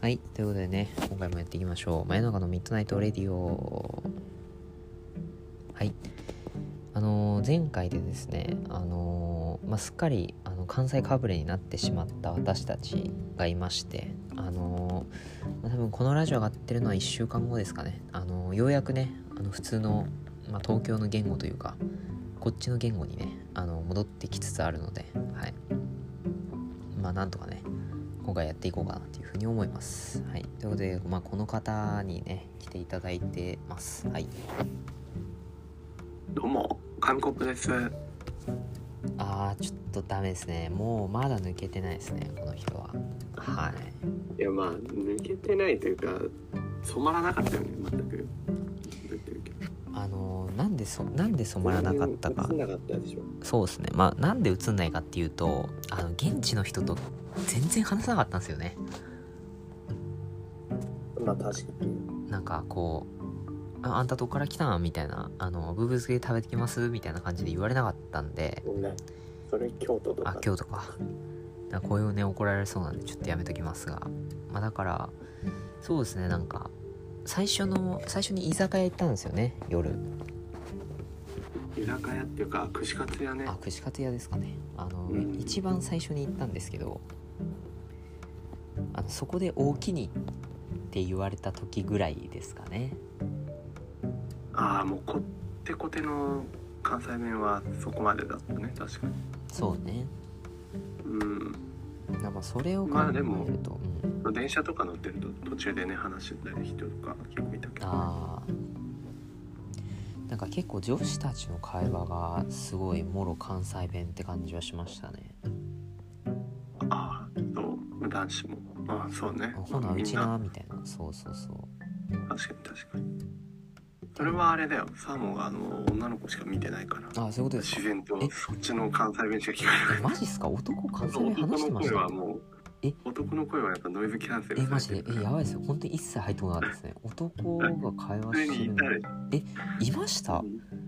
はい、ということでね、今回もやっていきましょう。真夜中のミッドナイトレディオ。はい、前回でですね、すっかり関西かぶれになってしまった私たちがいまして、多分このラジオ上がってるのは1週間後ですかね。ようやくね、普通の、東京の言語というか、こっちの言語にね、戻ってきつつあるので、はい。なんとかね、今回やっていこうかなというふうに思います。はい。ということで、この方にね、来ていただいてます。はい。 どうも、紙コップです。 ちょっとダメですね。もうまだ抜けてないですね、この人は。はい。 いや、抜けてないというか、染まらなかったよね、全く。 なんで染まらなかったか。 映んなかったでしょ。 そうですね。なんで映んないかっていうと、現地の人と全然話さなかったんですよね。 確かに。 なんかこう、あんたどっから来たんみたいな、ブーブー漬け食べてきますみたいな感じで言われなかったんで。 ね、それ京都とか。 京都か。こういうね、怒られそうなんでちょっとやめときますが、だからそうですね、なんか最初に居酒屋行ったんですよね、夜。 居酒屋っていうか串カツ屋ね。 串カツ屋ですかね。一番最初に行ったんですけど、そこで大きにって言われた時ぐらいですかね。 もうこってこての関西弁はそこまでだったね、確かに。 そうね。それを考えると、 電車とか乗ってると途中でね話してたり人とか結構いたけど、 なんか結構女子たちの会話がすごいもろ関西弁って感じはしましたね。 そう、男子もそうね、 ほなうちなみたいな。そう確かに。それはあれだよ、サーモンが女の子しか見てないから。 そういうことですか。 自然とそっちの関西弁しか聞こえない。 マジっすか？男関西弁話してました？ 男の声はやっぱノイズキャンセルマジでやばいですよ。本当に一切入ってこなかったですね。男が会話してるのいました？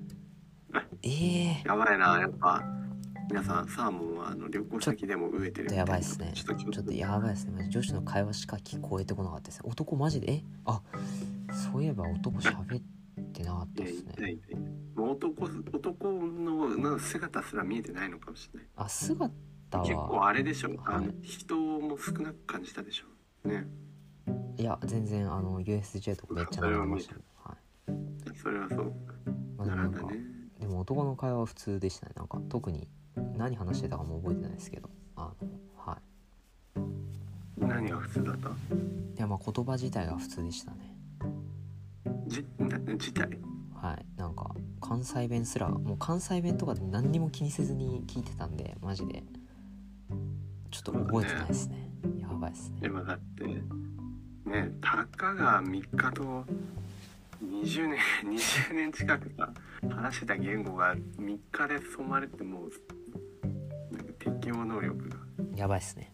やばいな、やっぱ皆さんサーモンは旅行先でも飢えてるみたいな。 やばいですね。ちょっとやばいですね。女子の会話しか聞こえてこなかったですね。男マジでそういえば男喋ってなかったですね。 もう男の姿すら見えてないのかもしれない。 姿は結構あれでしょ、人も少なく感じたでしょね。 いや全然USJ とかめっちゃ流れましたね。 それはそう。 でも男の会話は普通でしたね。なんか特に何話してたかも覚えてないですけど、 何が普通だった？いや言葉自体が普通でしたね。 自体？ なんか関西弁すら、もう関西弁とかで何にも気にせずに聞いてたんで、マジでちょっと覚えてないですね。やばいですね。 だってね、たかが3日と20年近くさ話してた言語が3日で染まるってもうなんか適応能力がやばいですね。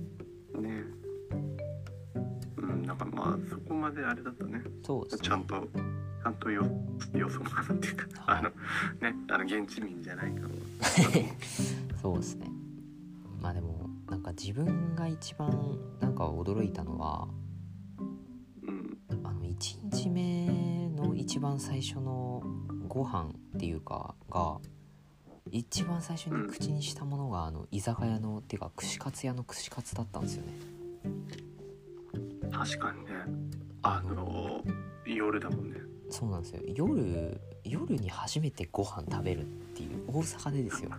なんかそこまであれだったね。 そうですね。 ちゃんとよそ者っていうか、現地民じゃないかも。 そうですね。でもなんか自分が一番なんか驚いたのは、1日目の一番最初のご飯っていうかが、一番最初に口にしたものが居酒屋のっていうか串カツ屋の串カツだったんですよね。 確かにね。夜だもんね。 そうなんですよ。夜に初めてご飯食べるっていう、大阪でですよ。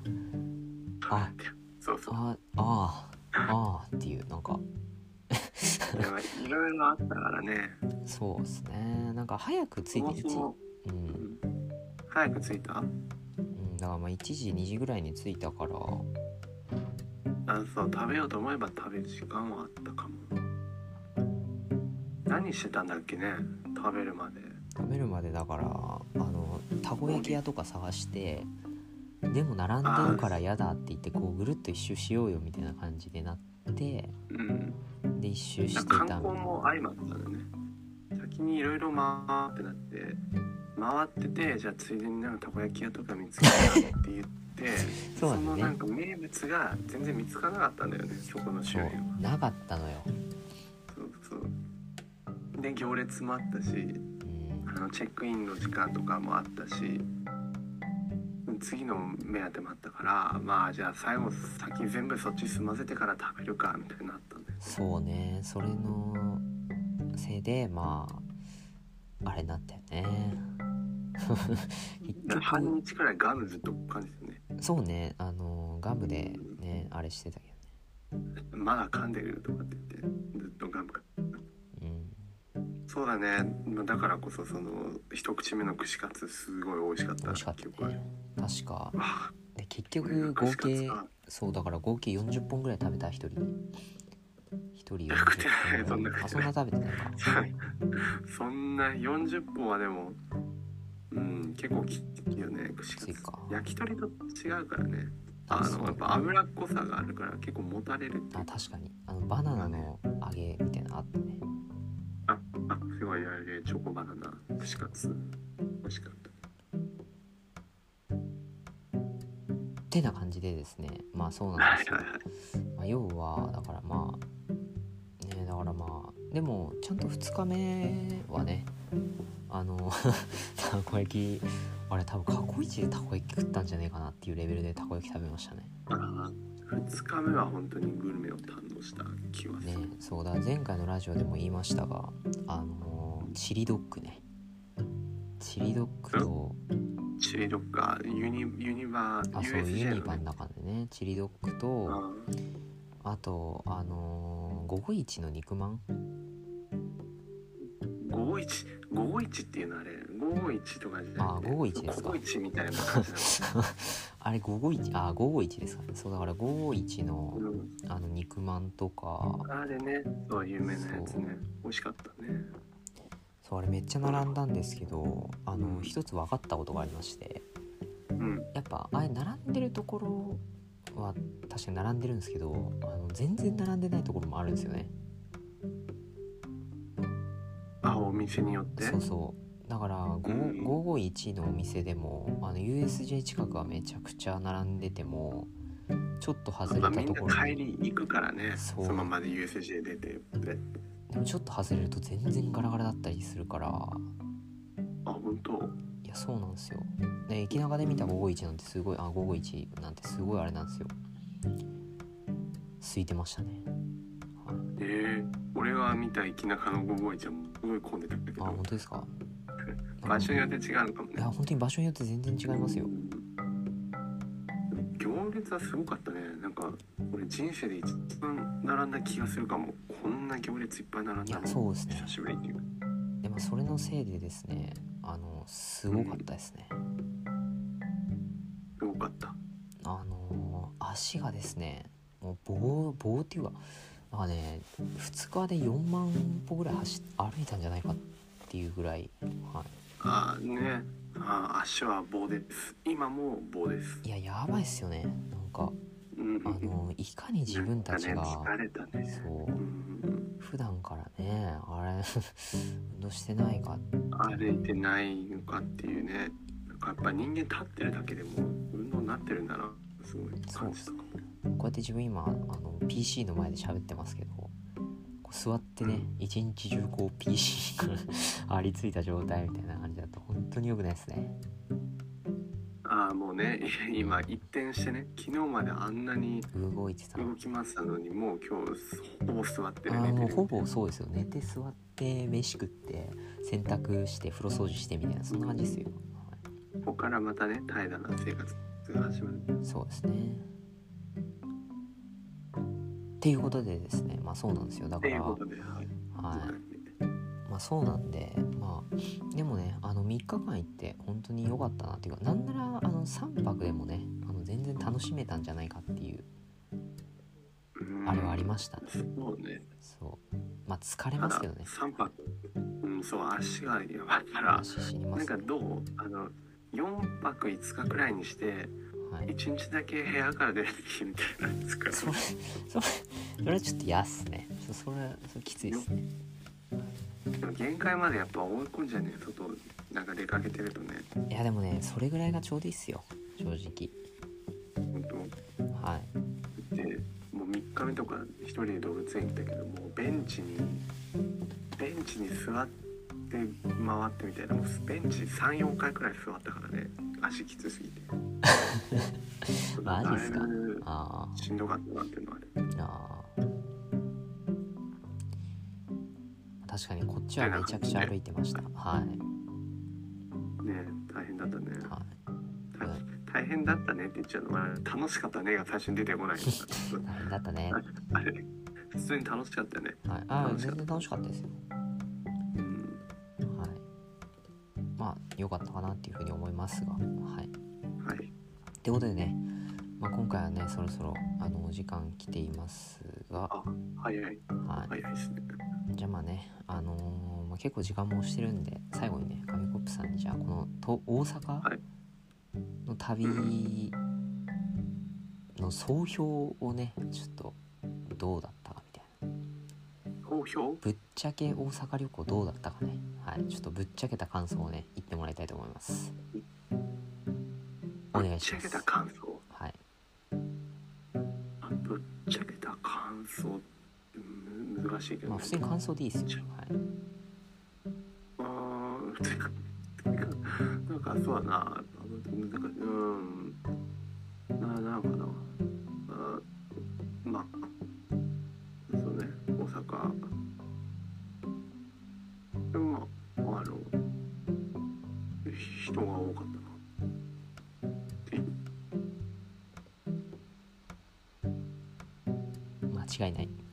そうっていう、なんかいろいろあったからね。 そうですね。なんか早く着いて早く着いた？ だから1時2時ぐらいに着いたから、 そう、食べようと思えば食べる時間はあったかも。何してたんだっけね、食べるまでだから、たこ焼き屋とか探して、でも並んでるから嫌だって言って、こうぐるっと一周しようよみたいな感じでなって、で一周してた。 観光も相まったんだよね。先にいろいろ回ってて、じゃあついでになんかたこ焼き屋とか見つけたって言ってそのなんか名物が全然見つからなかったんだよね、そこの周辺は。 なかったのよ。 で行列もあったし、チェックインの時間とかもあったし、次の目当てもあったから、まあじゃあ最後先全部そっち済ませてから食べるかみたいになったんだよ。 そうね、それのせいでまああれになったよね結半局日くらいガムずっと感じてね。 そうね、ガムでねあれしてたけまだ噛んでるとかって言ってずっとガムか。 どね。 そうだね。だからこそその一口目の串カツすごい美味しかった。 美味しかったね。確かあで結局合計そうだから合計40本ぐらい食べた。一人40 食ってない本ぐらい。そんな食べてないかそんな40本はでも結構きついよね。串カツ焼き鳥と違うからね。やっぱ脂っこさがあるから結構もたれるっていう。 確かにバナナの揚げみたいなのあったね。 すごいあれチョコバナナ串カツ美味しかった。 ってな感じでですね、まあそうなんですよ、まあ、要はだからまあね、だからまあでもちゃんと2日目はねたこ焼きあれ多分過去一でたこ焼き食ったんじゃねえかなっていうレベルでたこ焼き食べましたね。 2日目は本当にグルメを堪能した気はするね。そうだ、前回のラジオでも言いましたがチリドッグね、チリドッグとチリドッグかユニバそう USJ ユニバの中でねチリドッグとあと551の肉まん 551っていうのあれ551とかじゃなくて 551ですか。 551みたいな感じなのあれ551ですかね。そうだから551の、肉まんとかあれね、そう有名なやつね、美味しかったね。 そうあれめっちゃ並んだんですけど一つ分かったことがありまして、やっぱあれ並んでるところは確かに並んでるんですけど全然並んでないところもあるんですよね。 お店によってそうだから551のお店でもUSJ 近くはめちゃくちゃ並んでてもちょっと外れたところみんな帰り行くからね。そのままで USJ 出てでもちょっと外れると全然ガラガラだったりするから。 本当？ いやそうなんですよ。で駅中で見た551なんてすごい551なんてすごいあれなんですよ、空いてましたね。 俺が見た駅中の551はすごい混んでたけど。 本当ですか。 場所によって違うのかもね。 いや本当に場所によって全然違いますよ。 行列はすごかったね。なんか俺人生で一番並んだ気がするかも。こんな行列いっぱい並んだの。 いやそうですね。 久しぶりっていうか。 でもそれのせいでですねすごかったですね。 すごかった。 足がですねもう棒っていうかね2日で4万歩ぐらい歩いたんじゃないかっていうぐらい、 足は棒です。今も棒です。 いややばいっすよね。なんかいかに自分たちが、 疲れたね。 普段からね運動してないか歩いてないのかっていうね。なんかやっぱ人間立ってるだけでも運動になってるんだな、すごい感じたかも。 こうやって自分今PC の前で喋ってますけど、こう座ってね一日中こう PC が張り付いた状態みたいな感じだと本当に良くないですね。 もうね今一転してね、昨日まであんなに動いてた動きましたのに、もう今日ほぼ座ってる。 もうほぼそうですよ。寝て座って飯食って洗濯して風呂掃除してみたいな、そんな感じですよ。 ここからまたね怠惰な生活が始まる。 そうですね。っていうことでですね、まあそうなんですよ。だからまあそうなんで、まあでもね3日間行って本当に良かったなっていうか、なんなら3泊でもね全然楽しめたんじゃないかっていうあれはありましたね。 そうね。 そうまあ疲れますけどね。 3泊そう足がやばいから足死にます、ね、 なんかどう4泊5日くらいにして1日だけ部屋から出る日みたいなんですか。 それはちょっと嫌っすね。それきついっすね。 でも限界までやっぱ追い込んじゃねえ、外なんか出かけてるとね。 いやでもねそれぐらいがちょうどいいっすよ正直。 本当。でもう3日目とか一人で動物園行ったけど、もうベンチにベンチに座って回ってみたいな、もうベンチ 3,4 回くらい座ったからね、足きつすぎてマジっすか。 だいぶあしんどかったなっていうのはある。 あ確かにこっちはめちゃくちゃ歩いてました。はい。 ね、大変だったね、 はい。 大変だったねって言っちゃうのは楽しかったねが最初に出てこない大変だったね。 あれ普通に楽しかったよね。 はい。ああ全然楽しかったですよ。 うん、 はい。まあ良かったかなっていうふうに思いますが、はい。 はい。 ってことでね、まあ、今回はねそろそろお時間来ていますが、 あ、早い、 はい。 早いですね。 じゃあまあね、まあ、結構時間も押してるんで、最後にね紙コップさんにじゃあこの大阪の旅の総評をねちょっとどうだったかみたいな、 好評？ ぶっちゃけ大阪旅行どうだったかね、はい、ちょっとぶっちゃけた感想をね言ってもらいたいと思います。お願いします。 ぶっちゃけた感想。 はい。 ぶっちゃけた感想って難しいけど、ね、 まあ普通に感想でいいですよ。はい。 普通になんかそうだな、なんかな、まあそうね、大阪でも人が多かったなっていう。 間違いない。